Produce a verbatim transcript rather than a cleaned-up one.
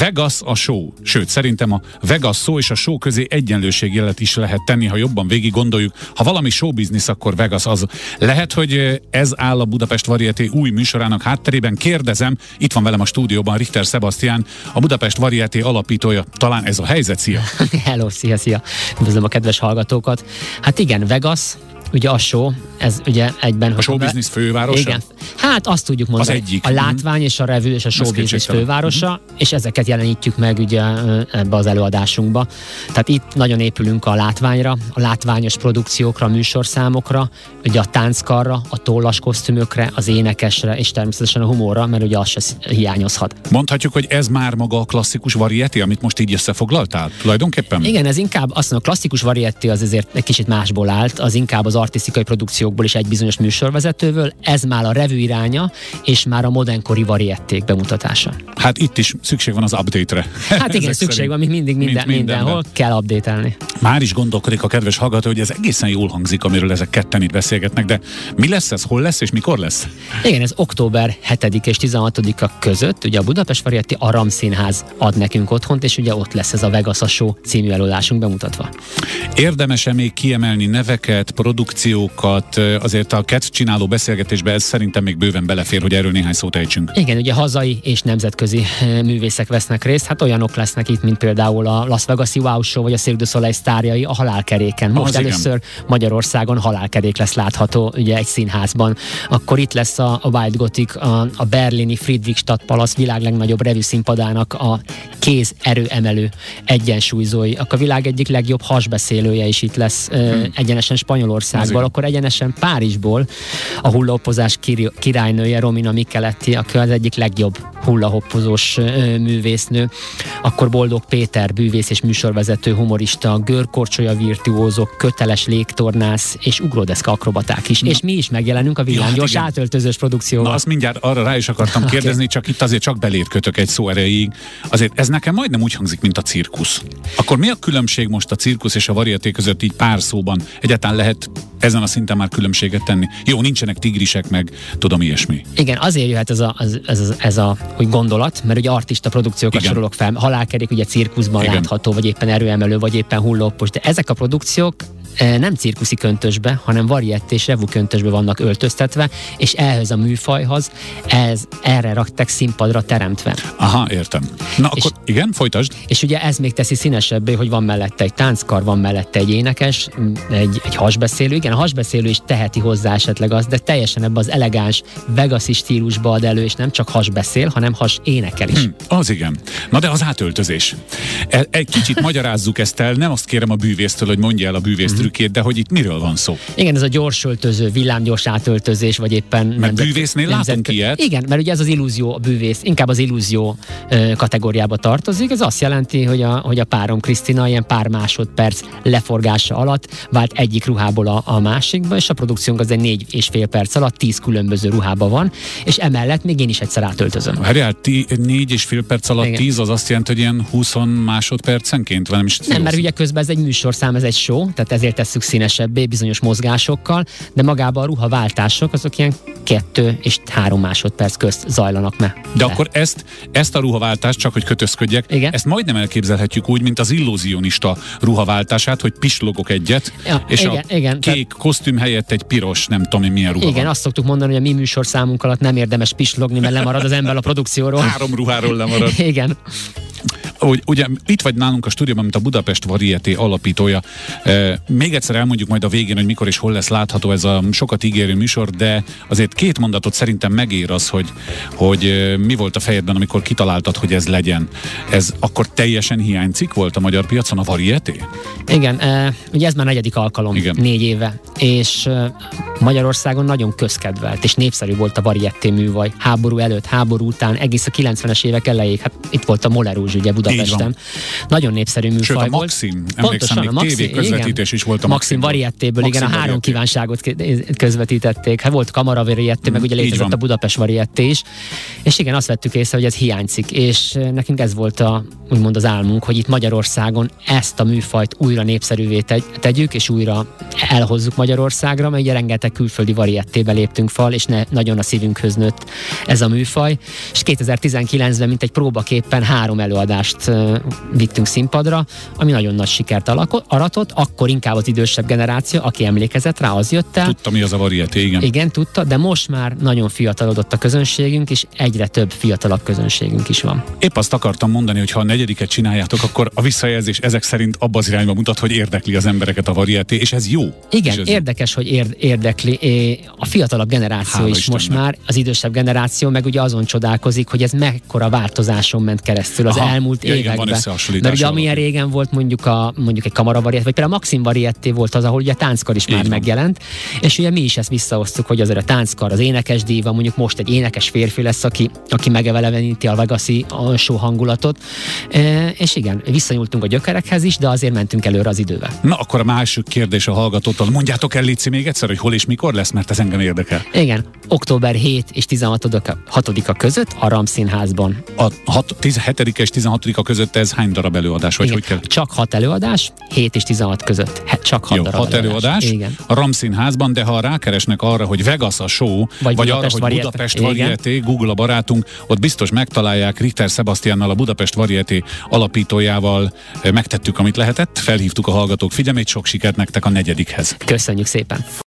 Vegas a show. Sőt, szerintem a Vegas szó és a show közé egyenlőségjelet is lehet tenni, ha jobban végig gondoljuk. Ha valami showbiznisz, akkor Vegas az. Lehet, hogy ez áll a Budapest Varieté új műsorának hátterében. Kérdezem, itt van velem a stúdióban Richter Sebastian, a Budapest Varieté alapítója. Talán ez a helyzet? Szia! Hello, szia, szia! Üdvözlöm a kedves hallgatókat. Hát igen, Vegas, ugye a show, ez ugye egyben... A showbiznisz fővárosa? Igen. Hát azt tudjuk mondani, az egyik. A látvány és a revű és a showbiznisz fővárosa, mm-hmm. és ezeket jelenítjük meg ugye ebbe az előadásunkba. Tehát itt nagyon épülünk a látványra, a látványos produkciókra, a műsorszámokra, ugye a tánckarra, a tollas kosztümökre, az énekesre, és természetesen a humorra, mert ugye az se hiányozhat. Mondhatjuk, hogy ez már maga a klasszikus varieté, amit most így összefoglaltál tulajdonképpen? Igen, ez inkább azt mondom, a klasszikus varieté az azért egy kicsit másból állt, az inkább az artisztikai produkciókból is egy bizonyos műsorvezetőből, ez már a revű iránya, és már a modernkori varieték bemutatása. Hát itt is szükség van az update-re. Hát igen, szükség van, mint mindig minden, Mind, mindenhol kell update-elni. Már is gondolkodik a kedves hallgató, hogy ez egészen jól hangzik, amiről ezek ketten itt beszélgetnek, de mi lesz ez, hol lesz és mikor lesz? Igen, ez október hetedike és tizenhatodika között, ugye a Budapest Varieté Aram Színház ad nekünk otthont, és ugye ott lesz ez a Vegas a Show című előadásunk bemutatva. Érdemes-e még kiemelni neveket, produkciókat, azért a kedv csináló beszélgetésbe ez szerintem még bőven belefér, hogy erről néhány szót ejtsünk. Igen, ugye hazai és nemzetközi művészek vesznek részt, hát olyanok lesznek itt, mint például a Las Vegas-i Wow Show, vagy a Cirque du Soleil sztárjai a Halálkeréken. Most az először igen. Magyarországon Halálkerék lesz látható ugye egy színházban. Akkor itt lesz a, a Wild Gothic, a, a berlini Friedrichstadt Palace világ legnagyobb revű színpadának a kéz erőemelő egyensúlyzói. Akkor a világ egyik legjobb hasbeszélője is itt lesz hmm. egyenesen Spanyolországból, akkor egyenesen Párizsból a hullahoppozás királynője Romina Micheletti, aki az egyik legjobb hullahoppozós művésznő, akkor Boldog Péter, bűvész és műsorvezető, humorista, görkorcsolya virtuózok, köteles légtornász és ugródeszka akrobaták is. Na. És mi is megjelenünk a villámgyors ja, átöltözős produkcióval. Na azt mindjárt arra rá is akartam kérdezni, csak itt azért csak belét kötök egy szó erejéig. Azért ez nekem majdnem úgy hangzik, mint a cirkusz. Akkor mi a különbség most a cirkusz és a varieté között így pár szóban? Egyáltalán lehet ezen a szinten már különbséget tenni? Jó, nincsenek tigrisek, meg tudom ilyesmi. Igen, azért jöhet ez a, ez, ez, ez, ez a hogy gondolat, mert ugye artista produkciókat igen. sorolok fel. Halálkerék ugye cirkuszban igen. látható, vagy éppen erőemelő, vagy éppen hullópos, de ezek a produkciók nem cirkuszi köntösbe, hanem varietté és revú köntösbe vannak öltöztetve, és ehhez a műfajhoz, ez, erre raktek színpadra teremtve. Aha, értem. Na és, akkor igen, folytasd. És ugye ez még teszi színesebbé, hogy van mellette egy tánckar, van mellette egy énekes, egy, egy hasbeszélő. Igen, a hasbeszélő is teheti hozzá esetleg az, de teljesen ebbe az elegáns, vegasi stílusba ad elő, és nem csak hasbeszél, hanem has énekel is. Hm, az igen. Na de az átöltözés. E, egy kicsit magyarázzuk ezt el, nem azt kérem a bűvésztől, hogy mondja el a bűvész trükkét, de hogy itt miről van szó? Igen, ez a gyorsöltöző, villámgyors átöltözés, vagy éppen... Mert nemzet, bűvésznél nemzet, látunk ilyet. Igen, mert ugye ez az illúzió, a bűvész, inkább az illúzió ö, kategóriába tartozik. Ez azt jelenti, hogy a, hogy a párom Krisztina ilyen pár másodperc leforgása alatt vált egyik ruhából a, a másikba, és a produkciónk az egy négy és fél perc alatt tíz különböző ruhába van, és emellett még én is egyszer átöltözöm. Várjál, ti, négy és fél perc alatt igen. tíz, az azt jelenti, hogy ilyen húsz másodpercenként van, nem is nem, mert ugye közben ez egy műsorszám, ez egy show, tehát ezért tesszük színesebbé bizonyos mozgásokkal, de magában a ruhaváltások azok ilyen kettő és három másodperc közt zajlanak meg. De akkor ezt, ezt a ruhaváltást, csak hogy kötözködjek, igen? ezt majdnem elképzelhetjük úgy, mint az illúzionista ruhaváltását, hogy pislogok egyet, ja, és igen, a igen, kék tehát... kosztüm helyett egy piros, nem tudom én milyen ruha Igen, van. Azt szoktuk mondani, hogy a mi műsorszámunk alatt nem érdemes pislogni, mert lemarad az ember a produkcióról. Három ruháról lemarad. Igen. Úgy, ugye itt vagy nálunk a stúdióban, mint a Budapest Varieté alapítója. E, még egyszer elmondjuk majd a végén, hogy mikor és hol lesz látható ez a sokat ígérő műsor, de azért két mondatot szerintem megér az, hogy, hogy mi volt a fejedben, amikor kitaláltad, hogy ez legyen. Ez akkor teljesen hiánycikk volt a magyar piacon a varieté? Igen, e, ugye ez már negyedik alkalom, Igen. négy éve, és e, Magyarországon nagyon közkedvelt, és népszerű volt a varieté művaj. Háború előtt, háború után, egész a kilencvenes évek elejéig, hát itt volt a Molerúzs, ugye Budapesten. Nagyon népszerű műfaj Sőt, a volt. Maxim, emlékszem, még Maxim, tévéközvetítés is volt a Maxim. Maxim varietéből, igen, a három varietté. kívánságot közvetítették. Hát volt kamara varietté, mm, meg ugye létezett a Budapest varietté is. És igen, azt vettük észre, hogy ez hiányzik, és nekünk ez volt a, úgymond az álmunk, hogy itt Magyarországon ezt a műfajt újra népszerűvé tegy, tegyük, és újra elhozzuk Magyarországra, mert ugye rengeteg külföldi variettébe léptünk fel, és ne, nagyon a szívünkhöz nőtt ez a műfaj. És kétezer-tizenkilencben, mint egy próbaképpen három előadást uh, vittünk színpadra, ami nagyon nagy sikert alako- aratott, akkor inkább az idősebb generáció, aki emlékezett rá, az jött el. Tudta, mi az a varieté, igen. Igen, tudta, de most már nagyon fiatalodott a közönségünk, és egyre több fiatalabb közönségünk is van. Épp azt akartam mondani, hogy ha a negyediket csináljátok, akkor a visszajelzés ezek szerint abba az irányba mutat, hogy érdekli az embereket a varieté, és ez jó. Igen, ez érdekes, jó. Hogy érd, érdekli a fiatalabb generáció Hála is Istennek. Most már, az idősebb generáció meg ugye azon csodálkozik, hogy ez mekkora változáson ment keresztül az Aha, elmúlt ja, években. Mert ugye amilyen régen volt mondjuk, a, mondjuk egy kamara varietté, vagy például a Maxim varietté volt az, ahol ugye a tánckar is Így már van. megjelent, és ugye mi is ezt visszahoztuk, hogy azért a tánckar, az énekes díva, mondjuk most egy énekes férfi lesz, aki, aki megeveleveníti a Vegaszi alsó hangulatot, e, és igen, visszanyúltunk a gyökerekhez is, de azért mentünk előre az idővel. Na akkor a másik kérdés a hallgatótól. Mondjátok el, Léci, még egyszer, hogy hol és mikor lesz, mert ez engem érdekel. Igen, október hetedike és tizenhatodika között a RAM Színházban. A hetedike és tizenhatodika között ez hány darab előadás? Vagy hogy kell? Csak hat előadás, hét és tizenhat között. He, csak hat Jó, darab hat előadás. előadás Igen. A RAM Színházban, de ha rákeresnek arra, hogy Vegas a show, vagy, vagy arra, hogy Varieté. Budapest Varieté, Google a barátunk, ott biztos megtalálják. Richter Sebastiannal, a Budapest Varieté alapítójával megtettük, amit lehetett, felhívtuk a hallgatók figyelmét, sok sikert nektek a negyedikhez. Köszönjük szépen!